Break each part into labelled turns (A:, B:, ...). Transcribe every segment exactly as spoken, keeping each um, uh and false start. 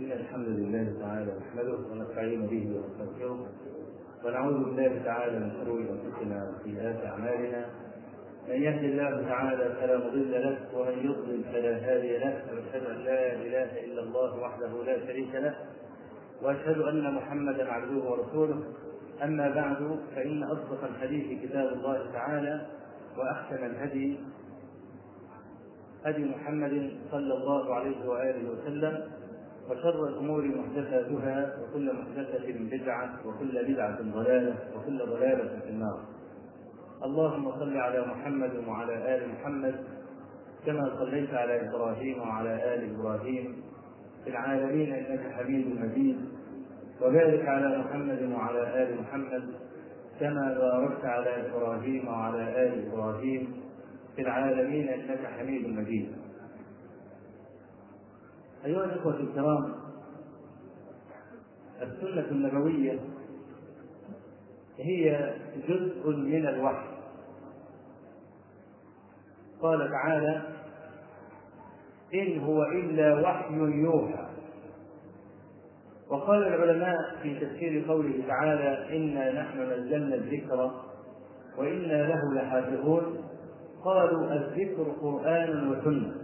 A: إن الحمد لله تعالى نحمده ونستعين به ونستغفره ونعوذ بالله تعالى من شرور أنفسنا وسيئات أعمالنا. من يهد الله تعالى فلا مضل له ومن يضلل فلا هادي له، وأشهد أن لا إله إلا الله وحده لا شريك له، وأشهد أن محمدا عبده ورسوله. أما بعد، فإن أصدق الحديث كتاب الله تعالى، وأحسن الهدي هدي محمد صلى الله عليه وآله وسلم، وشر الأمور محدثاتها، وكل محدثة بدعة، وكل بدعة ضلالة، وكل ضلالة في النار. اللهم صل على محمد وعلى آل محمد كما صليت على إبراهيم وعلى آل إبراهيم في العالمين إنك حميد مجيد، وبارك على محمد وعلى آل محمد كما باركت على إبراهيم وعلى آل إبراهيم في العالمين إنك حميد مجيد. أيها الإخوة الكرام، السنة النبوية هي جزء من الوحي. قال تعالى: إن هو إلا وحي يوحى. وقال العلماء في تفسير قوله تعالى: إنا نحن نزلنا الذكر وإنا له لحافظون، قالوا الذكر قرآن وسنة.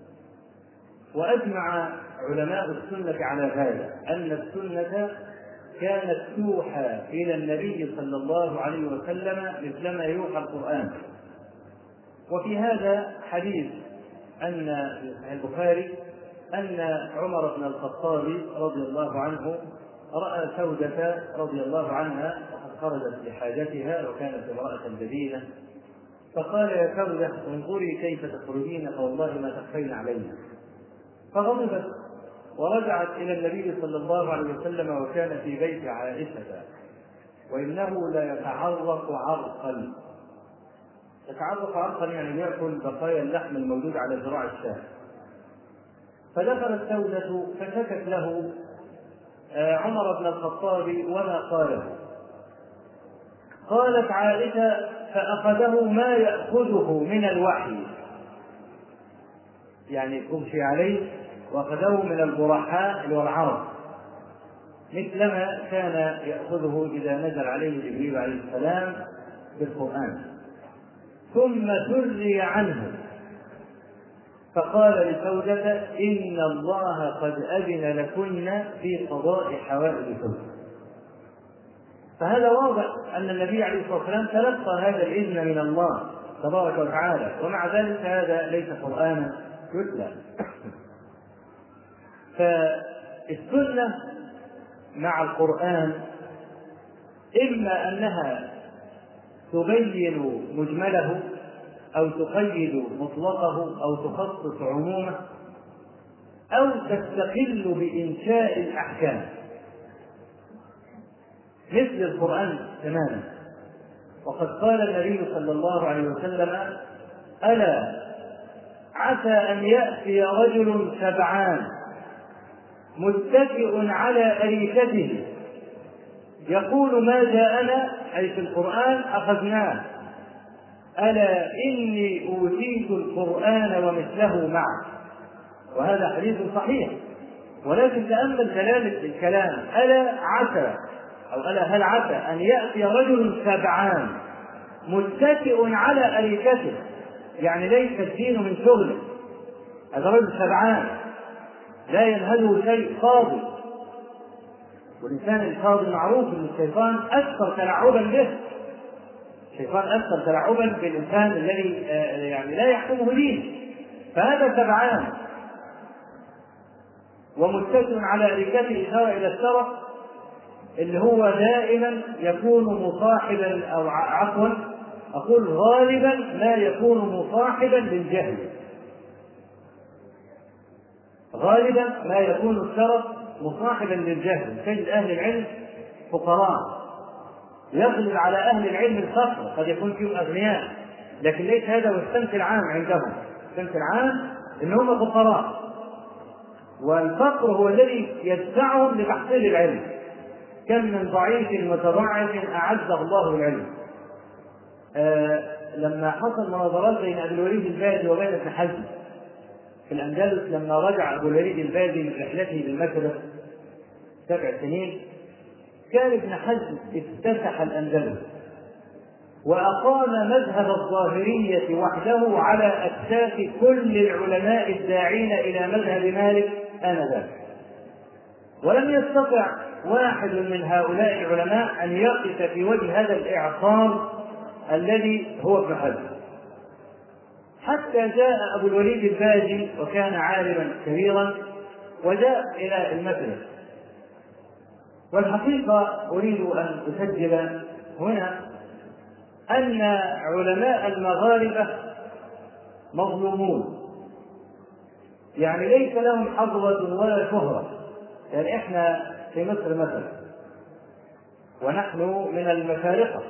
A: وأجمع علماء السنة على هذا، أن السنة كانت توحى إلى النبي صلى الله عليه وسلم مثلما يوحى القرآن. وفي هذا حديث أن البخاري أن عمر بن الخطاب رضي الله عنه رأى سودة رضي الله عنها وقد خرجت لحاجتها وكانت امرأة جديدة، فقال: يا سودة انظري كيف تخرجين، فوالله ما تخفين علينا. فغضبت ورجعت إلى النبي صلى الله عليه وسلم وكان في بيت عائشة، وإنه لا يتعرق عرقا. يتعرق عرقا يعني يأكل بقايا اللحم الموجود على ذراع الشاة. فدخلت سودة فشكت له عمر بن الخطاب وما قاله. قالت عائشة: فأخذه ما يأخذه من الوحي، يعني أغشي عليه وأخذه من البرحاء والعرب، مثلما كان يأخذه إذا نزل عليه جبريل عليه السلام بالقرآن. ثم سري عنه فقال لسودة: إن الله قد أذن لكن في قضاء حوائجكم. فهذا واضح أن النبي عليه الصلاة والسلام تلقى هذا الإذن من الله تبارك وتعالى، ومع ذلك هذا ليس قرآنا يتلى. فالسنة مع القرآن إما أنها تبين مجمله أو تقيد مطلقه أو تخصص عمومه أو تستقل بإنشاء الأحكام مثل القرآن تماما. وقد قال النبي صلى الله عليه وسلم: ألا عسى أن يأتي رجل شبعان متكئ على أريكته يقول ما جاءنا، أي في القرآن أخذناه، ألا إني أوتيت القرآن ومثله معه. وهذا حديث صحيح، ولكن تأمل دلالة الكلام: ألا عسى أو ألا هل عسى أن يأتي رجل شبعان متكئ على أريكته، يعني ليس الدين من شغله، هذا رجل شبعان لا ينهزه شيء، فاضي. والإنسان الفاضي معروف أن الشيطان أكثر تلعبا به، الشيطان أكثر تلعبا بالإنسان الذي يعني لا يحكمه دين. فهذا شبعان ومتكئ على أريكته، إشارة إلى الشرف اللي هو دائما يكون مصاحبا، أو عفوا أقول غالبا ما يكون مصاحبا للجهل. غالبا ما يكون الشرف مصاحبا للجهل. تجد أهل العلم فقراء، يغلب على أهل العلم الفقر، قد يكون فيهم أغنياء، لكن ليس هذا هو السمت العام عندهم. السمت العام إنهم فقراء، والفقر هو الذي يدفعهم لتحصيل العلم. كم من ضعيف متضعف أعزه الله العلم. آه لما حصل مناظرات بين أبي الوليد الباهلي وبين ابن حزم، في الأندلس لما رجع أبو الوليد الباجي من رحلته بالمشرق سبع سنين، كان ابن حزم افتتح الأندلس وأقام مذهب الظاهرية وحده على أكتاف كل العلماء الداعين إلى مذهب مالك آنذاك، ولم يستطع واحد من هؤلاء العلماء أن يقف في وجه هذا الإعصار الذي هو ابن حزم، حتى جاء أبو الوليد الباجي وكان عالما كبيرا وجاء إلى المشرق. والحقيقة أريد أن أسجل هنا أن علماء المغاربة مظلومون، يعني ليس لهم حظوة ولا شهرة. يعني إحنا في مصر مثلا ونحن من المشارقة،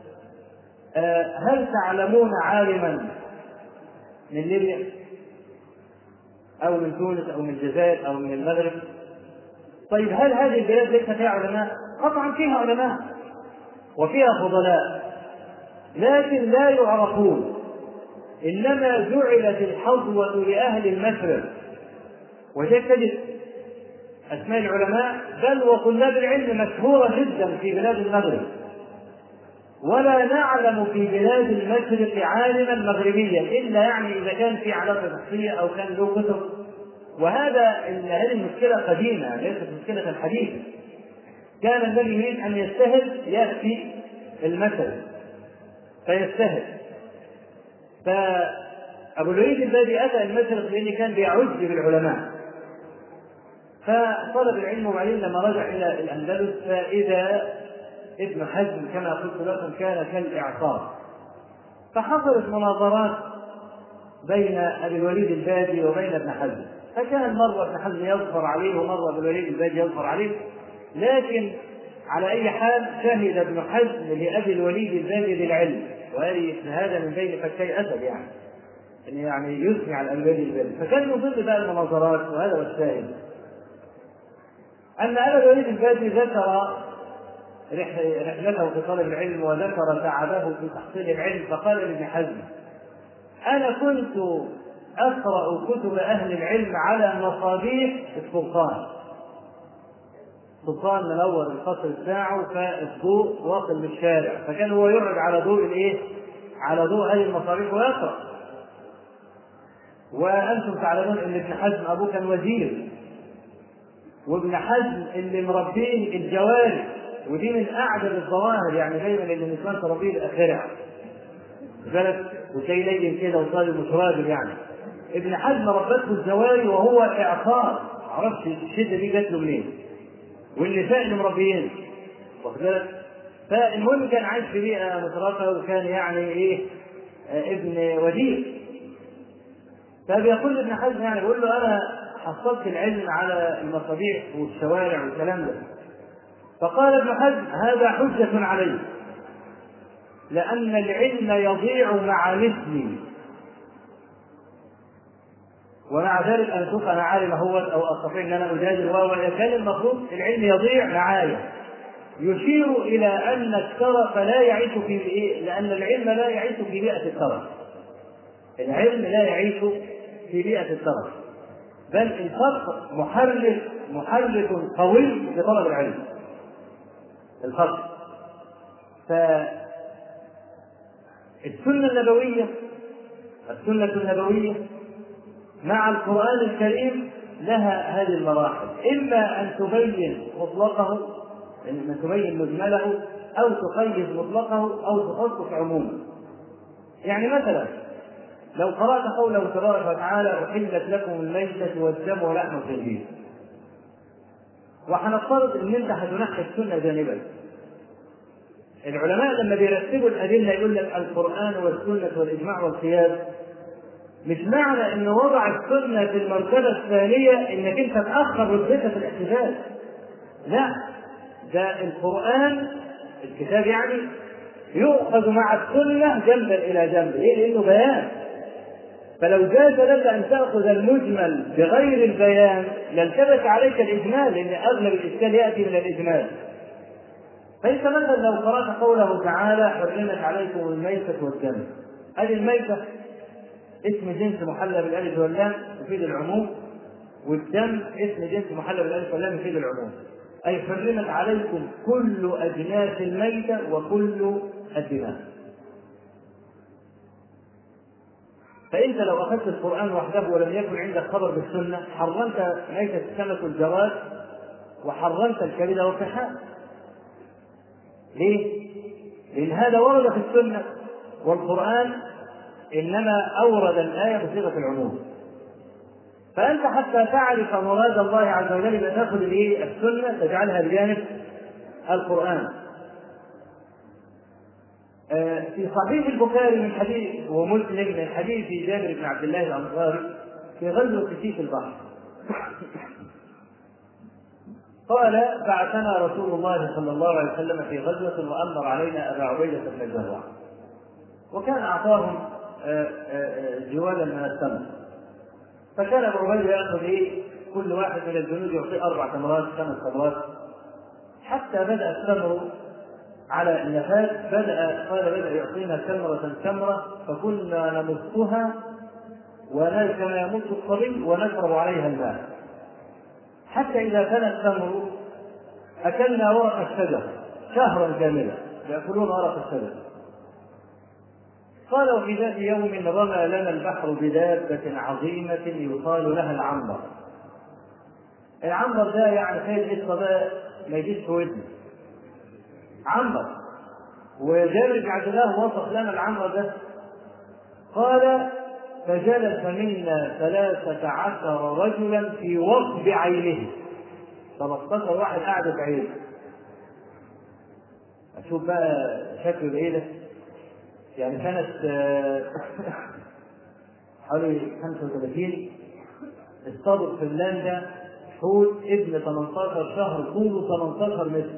A: هل تعلمون عالما من ليبيا أو من تونس أو من الجزائر أو من المغرب؟ طيب هل هذه البلاد ليس فيها علماء؟ طبعا فيها علماء وفيها فضلاء، لكن لا يعرفون، إنما جعلت الحظوة لأهل المشرق. وتجد أسماء العلماء بل وطلاب العلم مشهورة جدا في بلاد المغرب، ولا نعلم في بلاد المشرق عالما مغربيا إلا يعني إذا كان في علاقة شخصية أو كان له كتب. وهذا هذه المشكلة قديمة ليست مشكلة حديثة. كان الذي يريد أن يجتهد يأتي المشرق فيجتهد. فأبو الوليد الباجي أتى المشرق لأنه كان بيعز بالعلماء، فطلب العلم. وبعدين لما رجع إلى الأندلس فإذا ابن حزم كما قلت لكم كان كالإعصار، فحصلت مناظرات بين أبي الوليد الباجي وبين ابن حزم، فكان مرة ابن حزم يظفر عليه ومرة أبو الوليد الباجي يظفر عليه. لكن على أي حال شهد ابن حزم لأبي الوليد الباجي بالعلم، وهذا من بين فكي أسد يعني يعني يثني على أبي الوليد الباجي. فكان من ضمن بقى المناظرات، وهذا هو الشاهد، أن أبا الوليد الباجي ذكر رحلته في طلب العلم وذكر تعبه في تحصيل العلم، فقال لابن حزم: أنا كنت أقرأ كتب أهل العلم على مصابيح السلطان، السلطان منور القصر بتاعه فالضوء واصل للشارع، فكان هو يرد على ضوء الايه؟ على ضوء هذه المصابيح ويقرأ. وأنتم تعلمون أن ابن حزم أبوه كان وزير، وابن حزم اللي مربيه الجواري، ودي من أعجب الظواهر، يعني دايما اللي النسوان تربيه الأخرع بلد وشيء لين كده وصال مشراجل. يعني ابن حزم ربته الجواري وهو إعصار، عرفت الشدة دي جات له منين، والنساء اللي مربيين واخد بالك. فالمهم كان عايش في بيئة مشرفة وكان يعني إيه آه ابن وزير. فبيقول ابن حزم يعني بيقول له: أنا حصلت العلم على المصابيح والشوارع والكلام ده. فقال ابن حزم: هذا حجة علي، لأن العلم يضيع مع مثلي، ومع ذلك أنا أشوف أنا عالم هو أو أستطيع أن أنا أجادل، وهو كان المفروض العلم يضيع معايا. يشير إلى أن الترف لا يعيش في إيه؟ لأن العلم لا يعيش في بيئة الترف، العلم لا يعيش في بيئة الترف، بل الفرق محرك محرك قوي لطلب العلم. الفرق فالسنة النبوية السنة النبوية مع القرآن الكريم لها هذه المراحل، إما أن تبين مطلقه، أن تبين مجمله، أو تقيد مطلقه، أو تخصص عموما. يعني مثلا لو قرأت قوله تبارك وتعالى: أحلت لكم الميتة والدم ولحم الخنزير، وحنفترض أن أنت هتنحي السنة جانبا. العلماء لما بيرتبوا الأدلة يقول لك القرآن والسنة والإجماع والقياس، مش معنى أن وضع السنة في المرتبة الثانية أنك أنت تأخر رتبتها في الاحتجاج، لا، ده القرآن الكتاب يعني يؤخذ مع السنة جنبا إلى جنب. ليه؟ لأنه بيان. فلو جاز لك أن تأخذ المجمل بغير البيان لالتبس عليك الإجمال، لأن أغلب الإشكال يأتي من الإجمال. فإنت مثلا لو قرأت قوله تعالى: حرمت عليكم الميتة والدم، هذه الميتة اسم جنس محلى بالالف واللام يفيد العموم، والدم اسم جنس محلى بالالف واللام يفيد العموم. اي حرمت عليكم كل اجناس الميته وكل الدماء. فانت لو اخذت القران وحده ولم يكن عندك خبر بالسنه حرمت ميته السمك والجراد وحرمت الكبد والكحال. ليه؟ لان هذا ورد في السنه، والقران انما اورد الايه بصيغه العموم. فانت حتى تعرف مراد الله عز وجل بتاخذ الايه؟ السنه تجعلها بجانب القران. في صحيح البخاري من حديث ومسلم من حديث جابر بن عبد الله الانصاري في غزوه سيف البحر قال: بعثنا رسول الله صلى الله عليه وسلم في غزوه وامر علينا ابا عبيده بن الجراح، وكان اعطاهم جوالا من التمر، فكان ابو عبيده ياخذ ايه؟ كل واحد من الجنود يعطيه اربع تمرات خمس تمرات، حتى بدا التمر على النفاذ، بدأ قال بدأ يعطينا تمرة تمرة فكنا نمصها كما يمص الصبي ونشرب عليها الماء، حتى إذا كان التمر أكلنا ورق الشجر شهرا كاملا يأكلون ورق الشجر. قال: وفي ذات يوم رمى لنا البحر بدابة عظيمة يقال لها العنبر. العنبر ده يعني خير الصباء ما يجيش في ودنه، عنبر. وجابر بن عبد الله وصف لنا العنبر ده، قال: فجلس منا ثلاثة عشر رجلا في وصب عينه، ثلاثة عشر واحد قاعد في عينه. أشوف بقى شكل العيلة، يعني كانت حوالي خمسة وثلاثين، اصطادوا في فنلندا حوت ابن ثمانية عشر شهر طوله ثمانية عشر متر،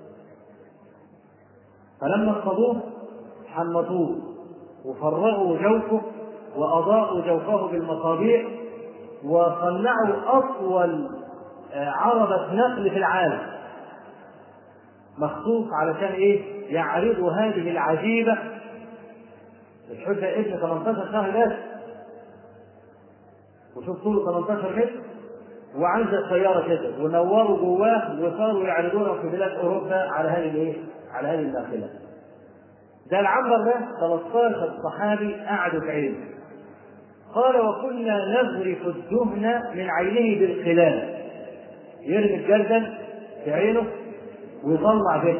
A: فلما اصطادوه حمطوه وفرغوا جوفه وأضاءوا جوفه بالمصابيح وصنعوا أطول عربة نقل في العالم مخصوص علشان إيه؟ يعرضوا هذه العجيبة. الحوت ده ابن ثمانية عشر شهر بس، وشوف طوله ثمانية عشر متر، وعنده السيارة كده، ونوروا جواه وصاروا يعرضونه في بلاد أوروبا على هذه الإيه؟ على هذه الناقلة. ده العنبر ده ثلاثة عشر صحابي قعدوا في عينه. قال: وكنا نغرف الدهن من عينه بالخلال، يرمي الجردل في عينه ويطلع به،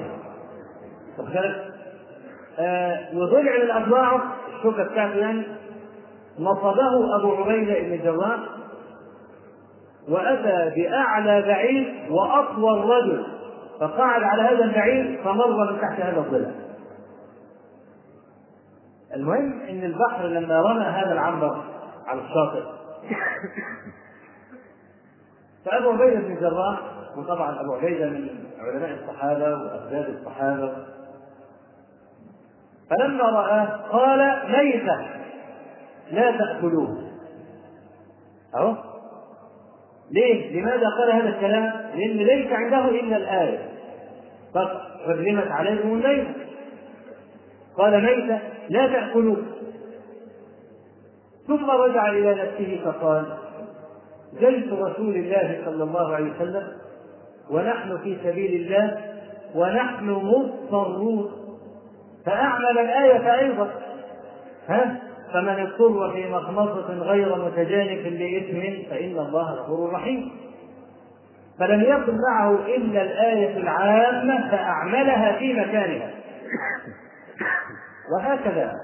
A: آه وضلع من أضلاعه الشوكة بتاعته يعني، نصبه أبو عبيدة بن الجراح وأتى بأعلى بعير وأطول رجل، فقعد على هذا البعير فمر من تحت هذا الضلع. المهم ان البحر لما رمى هذا العنبر على الشاطئ فأبو عبيدة بن الجراح، وطبعا أبو عبيدة من علماء الصحابة وأسباب الصحابة، فلما رآه قال: ميتة لا تأكلوه. أهو ليه؟ لماذا قال هذا الكلام؟ لأن ليس عنده إلا الآية فقط: حرمت عليكم الميتة. قال: ميتة لا تأكلوه. ثم رجع إلى نفسه فقال: جلس رسول الله صلى الله عليه وسلم ونحن في سبيل الله ونحن مضطرون، فأعمل الآية أيضا: ها فمن اضطر في مخمصة غير متجانف لإثم فإن الله غفور رحيم. فلم يكن معه إلا الآية العامة فأعملها في مكانها. وهكذا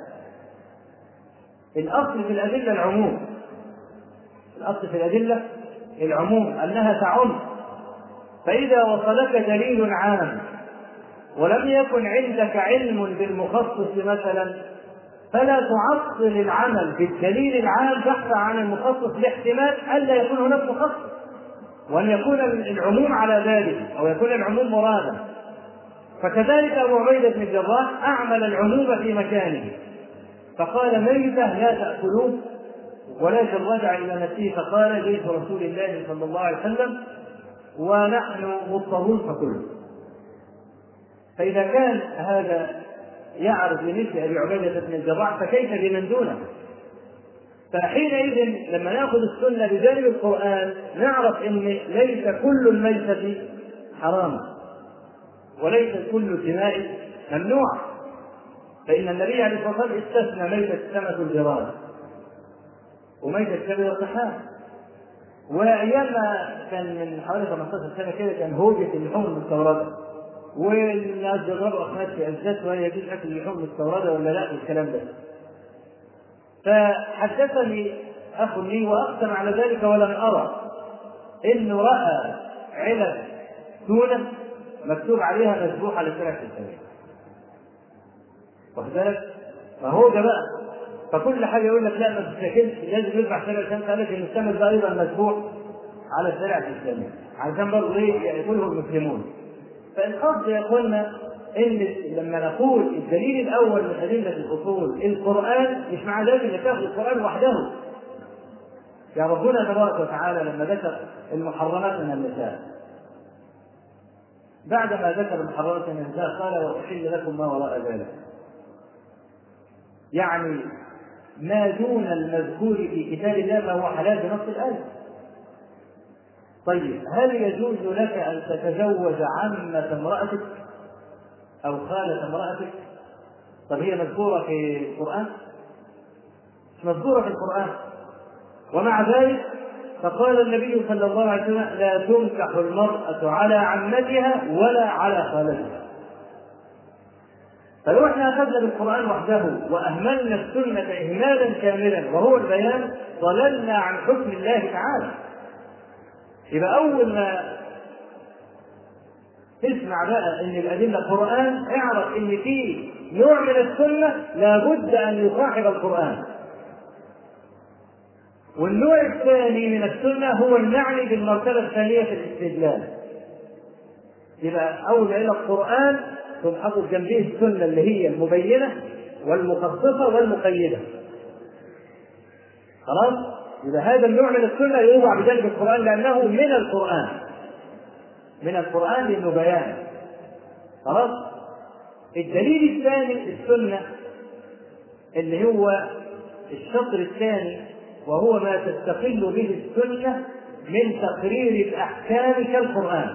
A: الأصل في الأدلة العموم، الأصل في الأدلة العموم أنها تعم، فإذا وصلك دليل عام ولم يكن عندك علم بالمخصص مثلا فلا تعطل العمل بالدليل العام بحثا عن المخصص لاحتمال ألا يكون هناك مخصص وأن يكون العموم على ذلك أو يكون العموم مرادا. فكذلك أبو عبيدة بن الجراح أعمل العموم في مكانه فقال: ميتة لا تأكلوه. ولكن رجع إلى نفسه فقال: جيش رسول الله صلى الله عليه وسلم ونحن مضطرون فكله. فإذا كان هذا يعرف لمثل أبي عبيدة بن الجراح فكيف بمن دونه؟ فحينئذ لما ناخذ السنه بجانب القران نعرف ان ليس كل الميتة حرام وليس كل الدماء ممنوعه، فان النبي عليه الصلاه والسلام استثنى ميتة السمك والجراد وميتة الكبد والطحال. وايام ما كان من حوالي خمستاشر سنه كده كان هوجه اللحوم المستورده والناس بيضربوا اخوات في ازاز وهي يجوز اكل اللحوم المستورده ولا لا والكلام ده. فحدثني اخ لي واقسم على ذلك ولم ارى انه راى علب تونه مكتوب عليها مذبوح على سلع السمين. واخد بالك؟ فهو ده بقى، فكل حاجه يقول لك لا ما تتاكلش لازم يذبح سلع السمين، قال لك ان السمك ده ايضا مذبوح على سلع السمين عشان برضه ايه ياكله المسلمون. فالقصد يا اخوانا ان لما نقول الدليل الاول من ادله الاصول القران مش مع ذلك ان تاخذ القران وحده. يا ربنا تبارك وتعالى لما ذكر المحرمات من النساء بعدما ذكر المحرمات من النساء قال واحل لكم ما وراء ذلك، يعني ما دون المذكور في كتاب الله فهو حلال بنص الايه. طيب هل يجوز لك ان تتزوج عمة امرأتك او خالة امرأتك؟ طب هي مذكورة في القرآن؟ مش مذكورة في القرآن. ومع ذلك فقال النبي صلى الله عليه وسلم لا تنكح المرأة على عمتها ولا على خالتها. فلو احنا اخذنا بالقرآن وحده واهملنا السنة اهمالا كاملا وهو البيان ضللنا عن حكم الله تعالى. يبقى اول ما تسمع بقى ان الادله قرآن اعرف ان في نوع من السنه لابد ان يصاحب القرآن، والنوع الثاني من السنه هو المعني بالمرتبه الثانيه في الاستدلال. يبقى اول ما الى القرآن ثم حطوا جنبه السنه اللي هي المبينه والمخصصه والمقيده. خلاص؟ إذا هذا النوع من السنة يوضع بجانب القرآن لأنه من القرآن من القرآن لأنه بيان. خلاص؟ الدليل الثاني السنة اللي هو الشطر الثاني وهو ما تستقل به السنة من تقرير الأحكام كالقرآن.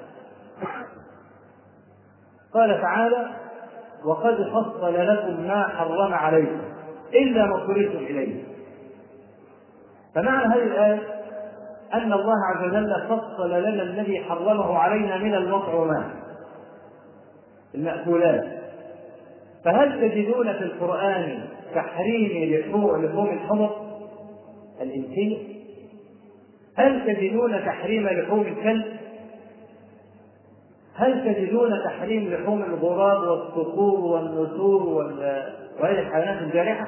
A: قال تعالى وقد فصل لكم ما حرم عليكم إلا ما اضطررتم إليه. فمعنى هذه الآية أن الله عز وجل فصل لنا الذي حرمه علينا من المطعومات المأكولات. فهل تجدون في القرآن تحريم لحوم الحمر الإنسية؟ هل تجدون تحريم لحوم الكلب؟ هل تجدون تحريم لحوم الغراب والصقور والنسور وهذه الحيوانات الجارحة؟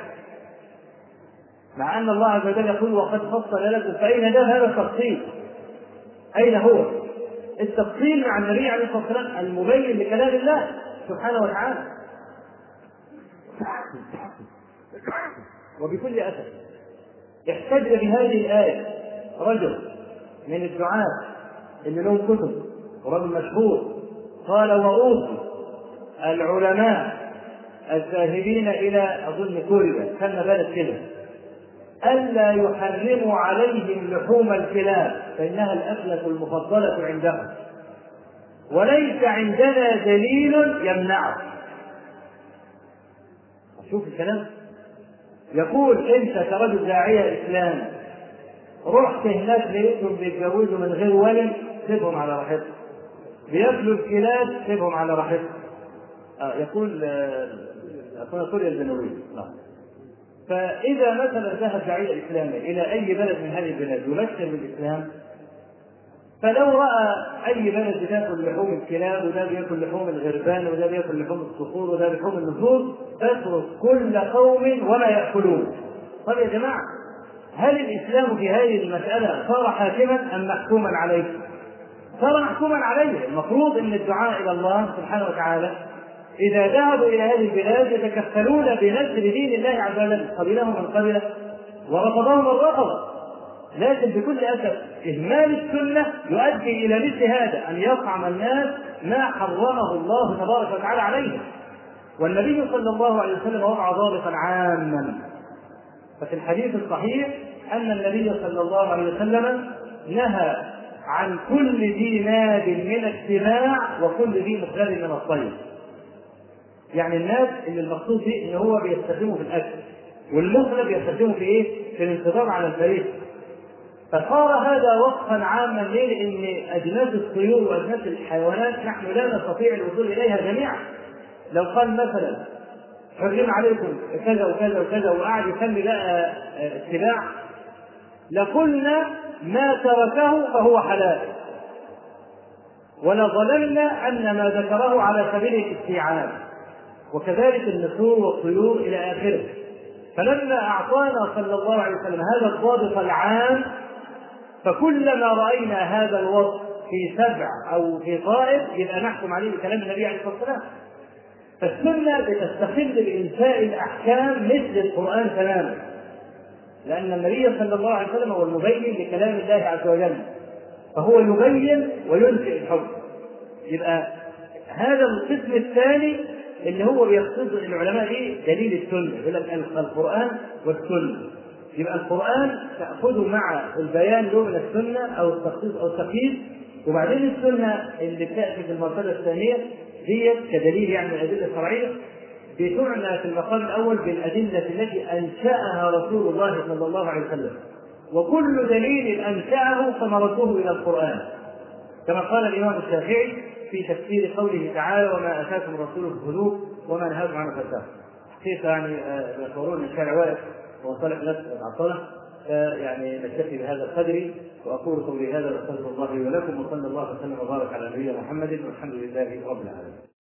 A: مع أن الله عز وجل يقول وقد فصل لكم. فأين ده هذا التفصيل؟ أين هو التفصيل مع النبي عليه الصلاة والسلام المبين لكلام الله سبحانه وتعالى؟ وبكل أسف احتج بهذه الآية رجل من الدعاة اللي لهم كتب ورجل مشهور قال وأوصي العلماء الذاهبين إلى أظن كوريا كان بلد كده ألا يحرموا عليهم لحوم الكلاب فإنها الأكلة المفضلة عندهم وليس عندنا دليل يمنعه. شوف الكلام، يقول أنت كرجل داعية إسلام رحت هناك لقيتهم بيتجوزوا من غير ولي سيبهم على راحتهم، بياكلوا الكلاب سيبهم على راحتهم. آه يقول أكون سوريا الجنوبية. فإذا مثلا ذهب داعية إسلامي إلى أي بلد من هذه البلاد يبشر بالإسلام، فلو رأى أي بلد بياكل لحوم الكلاب وده بياكل لحوم الغربان وده بياكل لحوم الصقور وده لحوم النسور تترك كل قوم وما يأكلون. طب يا جماعة هل الإسلام في هذه المسألة صار حاكما أم محكوما عليه؟ صار محكوما عليه. المفروض أن الدعاء إلى الله سبحانه وتعالى إذا ذهبوا إلى هذه البلاد يتكفلون بنشر دين الله عز وجل، قبلهم من قبله ورفضهم من رفض. لكن بكل أسف إهمال السنة يؤدي إلى مثل هذا، أن يطعم الناس ما حرمه الله تبارك وتعالى عليهم. والنبي صلى الله عليه وسلم وضع ضابطا عاما ففي الحديث الصحيح أن النبي صلى الله عليه وسلم نهى عن كل ذي ناب من السباع وكل ذي مخلب من الطير. يعني الناب اللي المقصود به ان هو بيستخدمه في الاكل، والمخلب يستخدمه في ايه؟ في الانتظام على الفريق. فصار هذا وصفا عاما ليه؟ لان اجناس الطيور واجناس الحيوانات نحن لا نستطيع الوصول اليها جميعا. لو قال مثلا حرم عليكم كذا وكذا وكذا وقعد يسمي بقى السباع، لقلنا ما تركه فهو حلال، ولظننا ان ما ذكره على سبيل الاستيعاب، وكذلك النسور والطيور الى اخره. فلما اعطانا صلى الله عليه وسلم هذا الضابط العام، فكلما راينا هذا الوصف في سبع او في طائر يبقى نحكم عليه بكلام النبي عليه الصلاه والسلام. فالسنه بتستخل بانشاء الاحكام مثل القران تماما، لان النبي صلى الله عليه وسلم هو المبين لكلام الله عز وجل، فهو يبين وينشئ الحكم. يبقى هذا القسم الثاني اللي هو بيقصد العلماء به دليل السنه، يقول لك القران والسنه. يبقى القران تاخذه مع البيان له من السنه او التخصيص او التقييد، وبعدين السنه اللي بتاتي في المرتبه الثانيه ديت كدليل يعني من الادله الشرعيه، بتعنى في المقام الاول بالادله التي انشاها رسول الله صلى الله عليه وسلم، وكل دليل انشاه فمرده الى القران، كما قال الامام الشافعي في تفسير قوله تعالى وما اتاكم الرسول فخذوه وما نهاكم عنه فانتهوا. حقيقه يعني يقولون ان الشارع واقف وصالح نفس العطله، يعني نكتفي بهذا القدر، واقول قولي هذا واستغفر الله لي ولكم، وصلى الله وسلم وبارك على نبينا محمد والحمد لله رب العالمين.